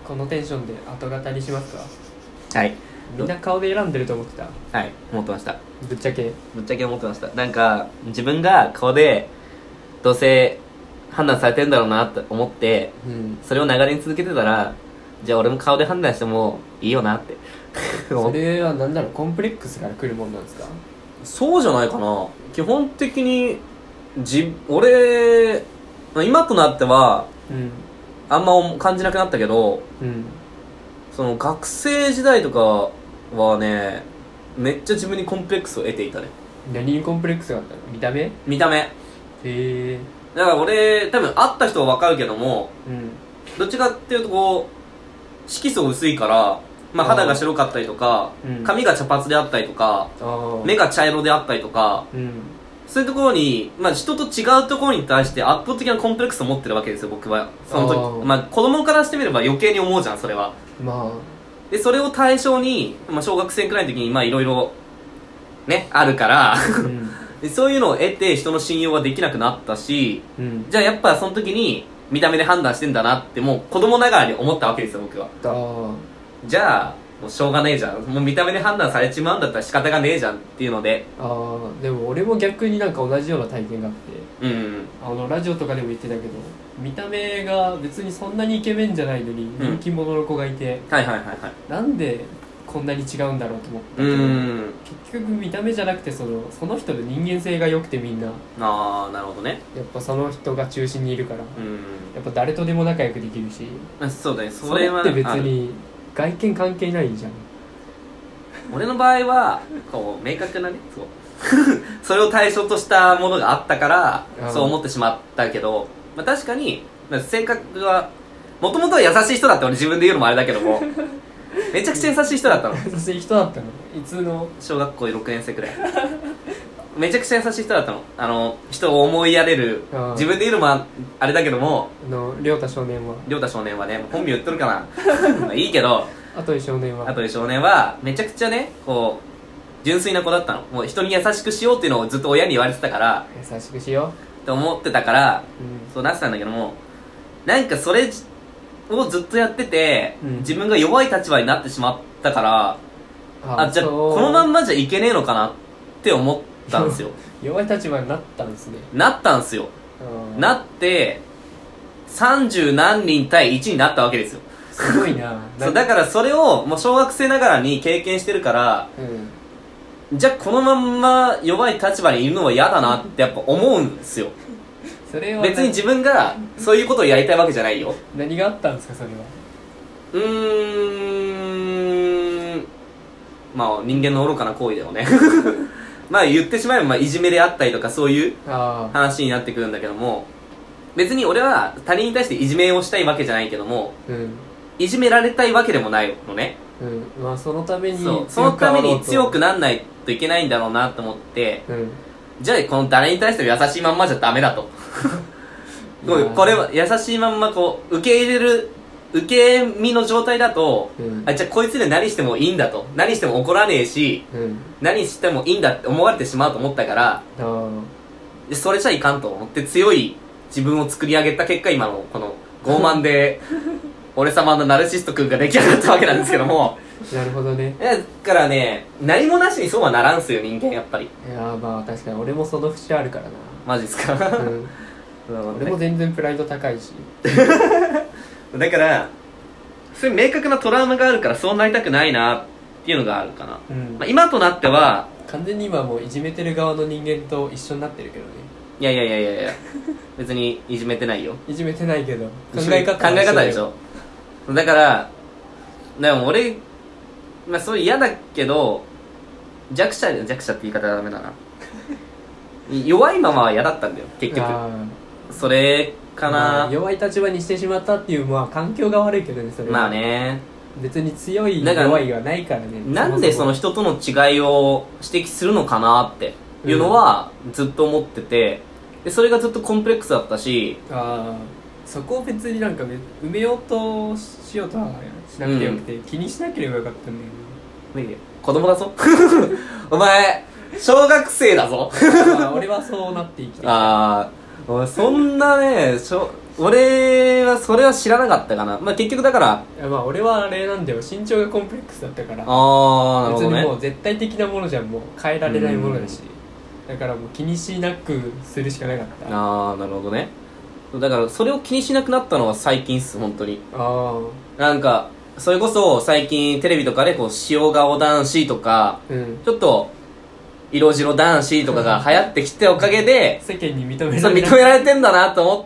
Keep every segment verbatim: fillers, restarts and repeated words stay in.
このテンションで後語りしますか？ はい。 みんな顔で選んでると思ってた。 はい、思ってました。 ぶっちゃけぶっちゃけ思ってました。なんか自分が顔でどうせ判断されてるんだろうなって思って、うん、それを流れに続けてたら、じゃあ俺も顔で判断してもいいよなってそれは何だろう、コンプレックスから来るもんなんですか？ そうじゃないかな。基本的にじ俺今となっては、うん、あんま感じなくなったけど、うん、その学生時代とかはね、めっちゃ自分にコンプレックスを得ていたね。 何にコンプレックスがあったの？見た目？ 見た目。へえ。 だから俺多分会った人は分かるけども、うん、どっちかっていうとこう色素薄いから、まあ、肌が白かったりとか、うん、髪が茶髪であったりとか、目が茶色であったりとか、うん、そういうところに、まあ、人と違うところに対して圧倒的なコンプレックスを持ってるわけですよ、僕は。その時、まあ、子供からしてみれば余計に思うじゃん、それは。まあ、でそれを対象に、まあ、小学生くらいの時にまあいろいろねあるから、うん、でそういうのを得て人の信用ができなくなったし、うん、じゃあやっぱその時に見た目で判断してんだなってもう子供ながらに思ったわけですよ、僕は。じゃあもうしょうがねえじゃん、もう見た目で判断されちまうんだったら仕方がねえじゃんっていうので。 ああ、でも俺も逆になんか同じような体験があって、うんうん、あのラジオとかでも言ってたけど、見た目が別にそんなにイケメンじゃないのに人気者の子がいて、 うん、はいはいはいはい、 なんでこんなに違うんだろうと思ったけど、うん、結局見た目じゃなくてそのその人の人間性が良くて、みんな。 ああ、なるほどね。 やっぱその人が中心にいるから、うん、やっぱ誰とでも仲良くできるし。 そうだね、それはそれって別に外見関係ないじゃん。 俺の場合はこう明確なね、そうそれを対象としたものがあったからそう思ってしまったけど、まあ、確かに性格はもともとは優しい人だって俺自分で言うのもあれだけどもめちゃくちゃ優しい人だったの。 優しい人だったの？いつの？ 小学校ろくねん生くらいめちゃくちゃ優しい人だったの。あの人を思いやれる、自分で言うのもあれだけども、 あの亮太少年は亮太少年はね、本名言っとるかなまあいいけど、 あとで少年はあとで少年はめちゃくちゃね、こう純粋な子だったの。もう人に優しくしようっていうのをずっと親に言われてたから、 優しくしようって思ってたから、うん、そうなってたんだけども、なんかそれをずっとやってて、うん、自分が弱い立場になってしまったから、ああ、じゃあこのまんまじゃいけねえのかなって思ったんですよ弱い立場になったんですね。 なったんですよ。なって三十何人対いちになったわけですよ。 すごいなそうだからそれをもう小学生ながらに経験してるから、うん、じゃあこのまんま弱い立場にいるのは嫌だなってやっぱ思うんですよそれは別に自分がそういうことをやりたいわけじゃないよ。 何があったんですかそれは。 うーん、まあ人間の愚かな行為だよねまあ言ってしまえば、まあ、いじめであったりとかそういう話になってくるんだけども、別に俺は他人に対していじめをしたいわけじゃないけども、うん、いじめられたいわけでもないのね、 うん、まあそのためにそうそのために強くなんないといけないんだろうなと思って、うん、じゃあこの誰に対しても優しいまんまじゃダメだとこれは優しいまんまこう受け入れる受け身の状態だと、うん、あじゃあこいつで何してもいいんだと、何しても怒らねえし、うん、何してもいいんだって思われてしまうと思ったから、でそれじゃいかんと思って強い自分を作り上げた結果、今のこの傲慢で俺様のナルシスト君が出来上がったわけなんですけどもなるほどね。 だからね、何もなしにそうはならんすよ人間やっぱり。いやまあ確かに俺もその節あるからな。 マジっすか、うん俺も全然プライド高いしだからそういう明確なトラウマがあるからそうなりたくないなっていうのがあるかな、うんまあ、今となっては完全に今もういじめてる側の人間と一緒になってるけどね。 いやいやいやいやいや別にいじめてないよ。 いじめてないけど考え方考え方でしょ。だからでも俺、まあ、そう嫌だけど弱者弱者って言い方はダメだな弱いままは嫌だったんだよ結局。それかな、 まあ、弱い立場にしてしまったっていう、まあ環境が悪いけどねそれは。 まあね、 別に強い弱いはないからね。 なんでその人との違いを指摘するのかなっていうのはずっと思ってて、でそれがずっとコンプレックスだったし、 あそこを別になんか埋めようとしようとはしなくてよくて、うん、気にしなければよかったんだけど。 子供だぞお前小学生だぞ俺はそうなって生きてきた。 ああそんなねしょ俺はそれは知らなかったかな。まあ結局だからいやまあ俺はあれなんだよ、身長がコンプレックスだったから。 ああなるほどね。 別にもう絶対的なものじゃん、もう変えられないものだし、だからもう気にしなくするしかなかった。 ああなるほどね。だからそれを気にしなくなったのは最近っす本当に。 ああなんかそれこそ最近テレビとかでこう塩顔男子とか、うん、ちょっと色白男子とかが流行ってきておかげで世間に認められそう認められてんだなと思って、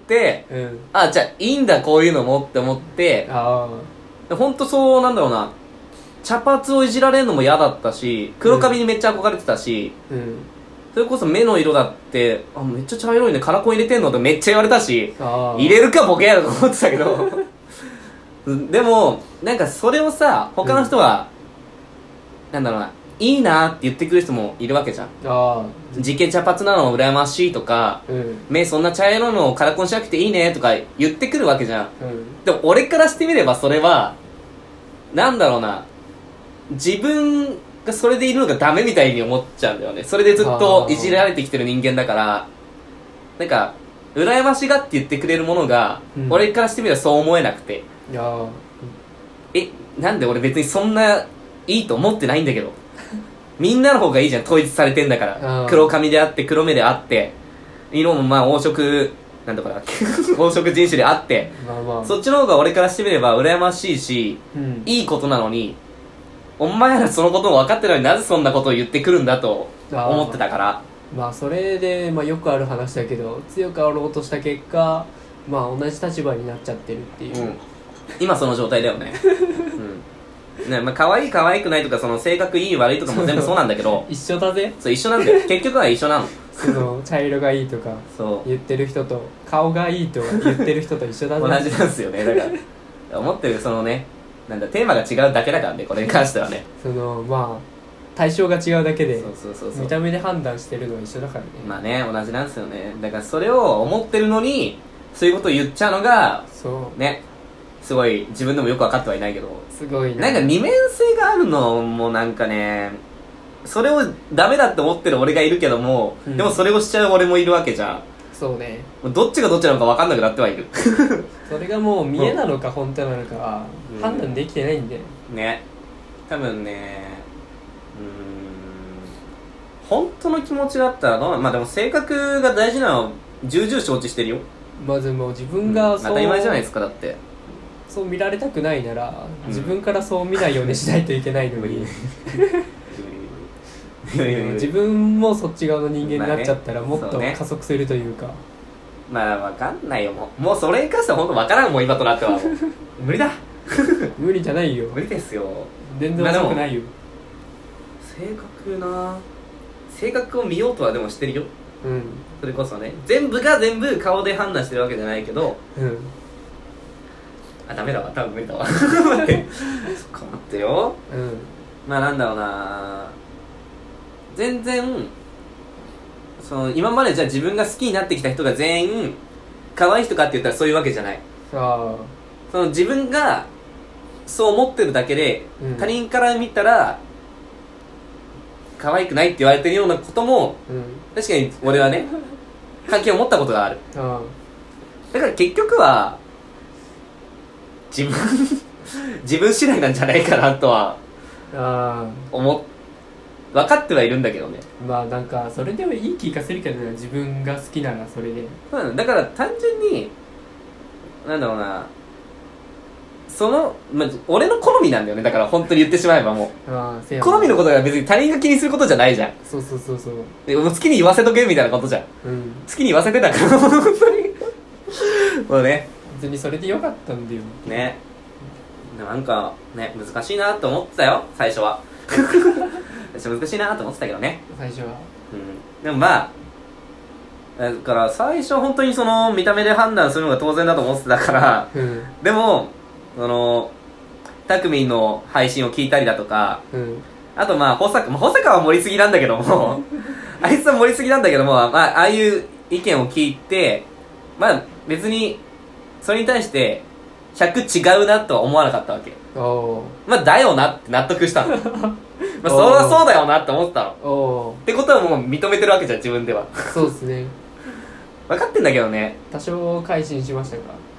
うん、 あじゃあいいんだこういうのもって思って、 あ本当そうなんだろうな、茶髪をいじられるのも嫌だったし、黒髪にめっちゃ憧れてたし、うん、それこそ目の色だってあめっちゃ茶色いねカラコン入れてんのってめっちゃ言われたし、入れるかボケやろと思ってたけどでもなんかそれをさ他の人は、うん、なんだろうないいなって言ってくる人もいるわけじゃん。 あ地毛茶髪なの羨ましいとか、うん、目そんな茶色のをカラコンしなくていいねとか言ってくるわけじゃん、うん、でも俺からしてみればそれはなんだろうな、自分がそれでいるのがダメみたいに思っちゃうんだよね。それでずっといじられてきてる人間だから、なんか羨ましがって言ってくれるものが、うん、俺からしてみればそう思えなくて、 いやえなんで俺別にそんないいと思ってないんだけどみんなの方がいいじゃん、統一されてんだから。黒髪であって黒目であって色もまあ黄色なんとかだっけ黄色人種であって、まあまあ、そっちの方が俺からしてみれば羨ましいし、うん、いいことなのに、お前らそのことも分かってるのになぜそんなことを言ってくるんだと思ってたから。 まあそれで、まあ、よくある話だけど強くあろうとした結果、まあ同じ立場になっちゃってるっていう、うん、 今その状態だよね、うんね、まあ可愛い可愛くないとかその性格いい悪いとかも全部そうなんだけど一緒だぜ。 そう一緒なんだよ結局は一緒なのその茶色がいいとか言ってる人と顔がいいと言ってる人と一緒だぜ同じなんですよね。だから思ってるそのねなんだテーマが違うだけだからね、これに関してはねそのまあ対象が違うだけで見た目で判断してるのは一緒だからね。 まあね同じなんですよね。だからそれを思ってるのにそういうことを言っちゃうのがそうねすごい自分でもよく分かってはいないけど、 すごいな、なんか二面性があるのもなんかね、それをダメだって思ってる俺がいるけども、うん、でもそれをしちゃう俺もいるわけじゃん。 そうね、 どっちがどっちなのか分かんなくなってはいるそれがもう見えなのか本当なのかは判断できてないんで、 うん、ね多分ねうーん本当の気持ちだったらどうな、まあでも性格が大事なのは重々承知してるよ。 まずもう自分がそう、 うん、当たり前じゃないですか。だってそう見られたくないなら、うん、自分からそう見ないようにしないといけないのに自分もそっち側の人間になっちゃったらもっと加速するというか、 まあ分かんないよ。もうもうそれに関しては本当分からんもん今となってはもう無理だ無理じゃないよ。 無理ですよ。 全然遅くないよ。 性格な性格を見ようとはでもしてるよ、うん、それこそね全部が全部顔で判断してるわけじゃないけど、うんあ、ダメだわ、多分無理だわ待ってそっか待ってよ、うん、まあなんだろうな全然その今までじゃあ自分が好きになってきた人が全員可愛い人かって言ったらそういうわけじゃない。 あその自分がそう思ってるだけで、うん、他人から見たら可愛くないって言われてるようなことも、うん、確かに俺はね関係を持ったことがある。あだから結局は自分自分次第なんじゃないかなとは思っ分かってはいるんだけどね。 まあなんかそれでもいい気がするけどね、自分が好きならそれで。 そうなの。だから単純になんだろうなその、まあ、俺の好みなんだよね。だから本当に言ってしまえばもうああ好みのことが別に他人が気にすることじゃないじゃん。 そうそうそうそうでもう好きに言わせとけみたいなことじゃん、うん、好きに言わせてたから本当にもうね別にそれでよかったんだよね。なんかね難しいなと思ってたよ最初は私難しいなと思ってたけどね最初は、 うん、でもまあだから最初本当にその見た目で判断するのが当然だと思ってたから、うん、でもそのたくみんの配信を聞いたりだとか、うん、あとまあ保坂、まあ、保坂は盛りすぎなんだけどもあいつは盛りすぎなんだけども、まあ、ああいう意見を聞いてまあ別にそれに対してひゃく違うなとは思わなかったわけ。まあだよなって納得したのまあそれはそうだよなって思ってたのってことはもう認めてるわけじゃん自分ではそうですね分かってんだけどね。 多少改心しましたか。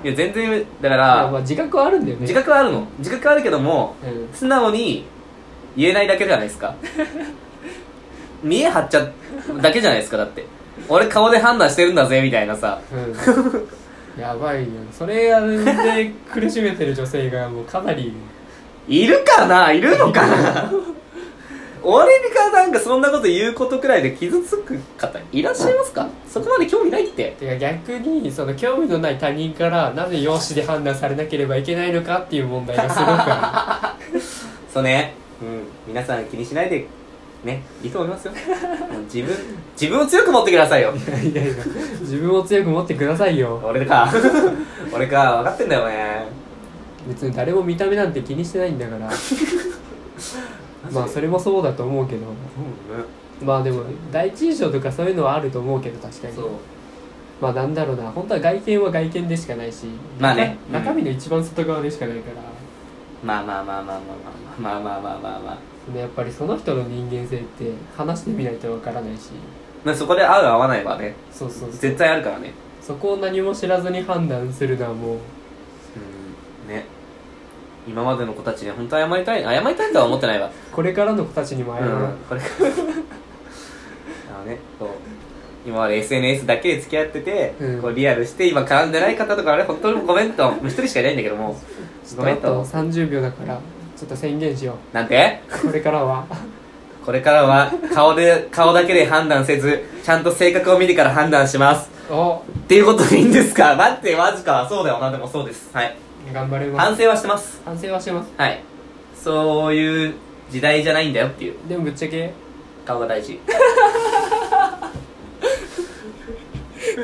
いや全然だから、 まあ、まあ自覚はあるんだよね。 自覚はあるの自覚はあるけども、うん、素直に言えないだけじゃないですか見え張っちゃうだけじゃないですか。だって俺顔で判断してるんだぜみたいなさ、 うん、やばいよ。それで苦しめてる女性がもうかなりいるかないるのかな俺がなんかそんなこと言うことくらいで傷つく方いらっしゃいますか？そこまで興味ないって。 てか逆にその興味のない他人からなぜ容姿で判断されなければいけないのかっていう問題がすごくあるそうね、うん、皆さん気にしないでね、いいと思いますよ自分自分を強く持ってくださいよいやいやいや自分を強く持ってくださいよ。 俺か俺か分かってんだよね。 別に誰も見た目なんて気にしてないんだからまあそれもそうだと思うけど、うんね、まあでも第一印象とかそういうのはあると思うけど、確かにそうまあなんだろうな、本当は外見は外見でしかないし、 まあね、 中身の一番外側でしかないから、 うん、まあまあまあまあまあまあまあまあまあまあまあやっぱりその人の人間性って話してみないとわからないし、 まあそこで合う合わないはね、 そうそうそう絶対あるからね。 そこを何も知らずに判断するのはもう、うんね、今までの子たちに本当は謝りたい謝りたいとは思ってないわこれからの子たちにも謝る、うん、これからあのね、そう今まで エスエヌエス だけで付き合ってて、うん、こうリアルして今絡んでない方とかあれ本当にごめんと一人しかいないんだけどもごめんと。あとさんじゅうびょうだからちょっと宣言しよう。なんてこれからはこれからは顔で顔だけで判断せずちゃんと性格を見てから判断しますおっていうことでいいんですか？待ってマジか。そうだよな。でもそうです。はい、 頑張れます。 反省はしてます。 反省はしてます。 はい、そういう時代じゃないんだよっていう。 でもぶっちゃけ顔が大事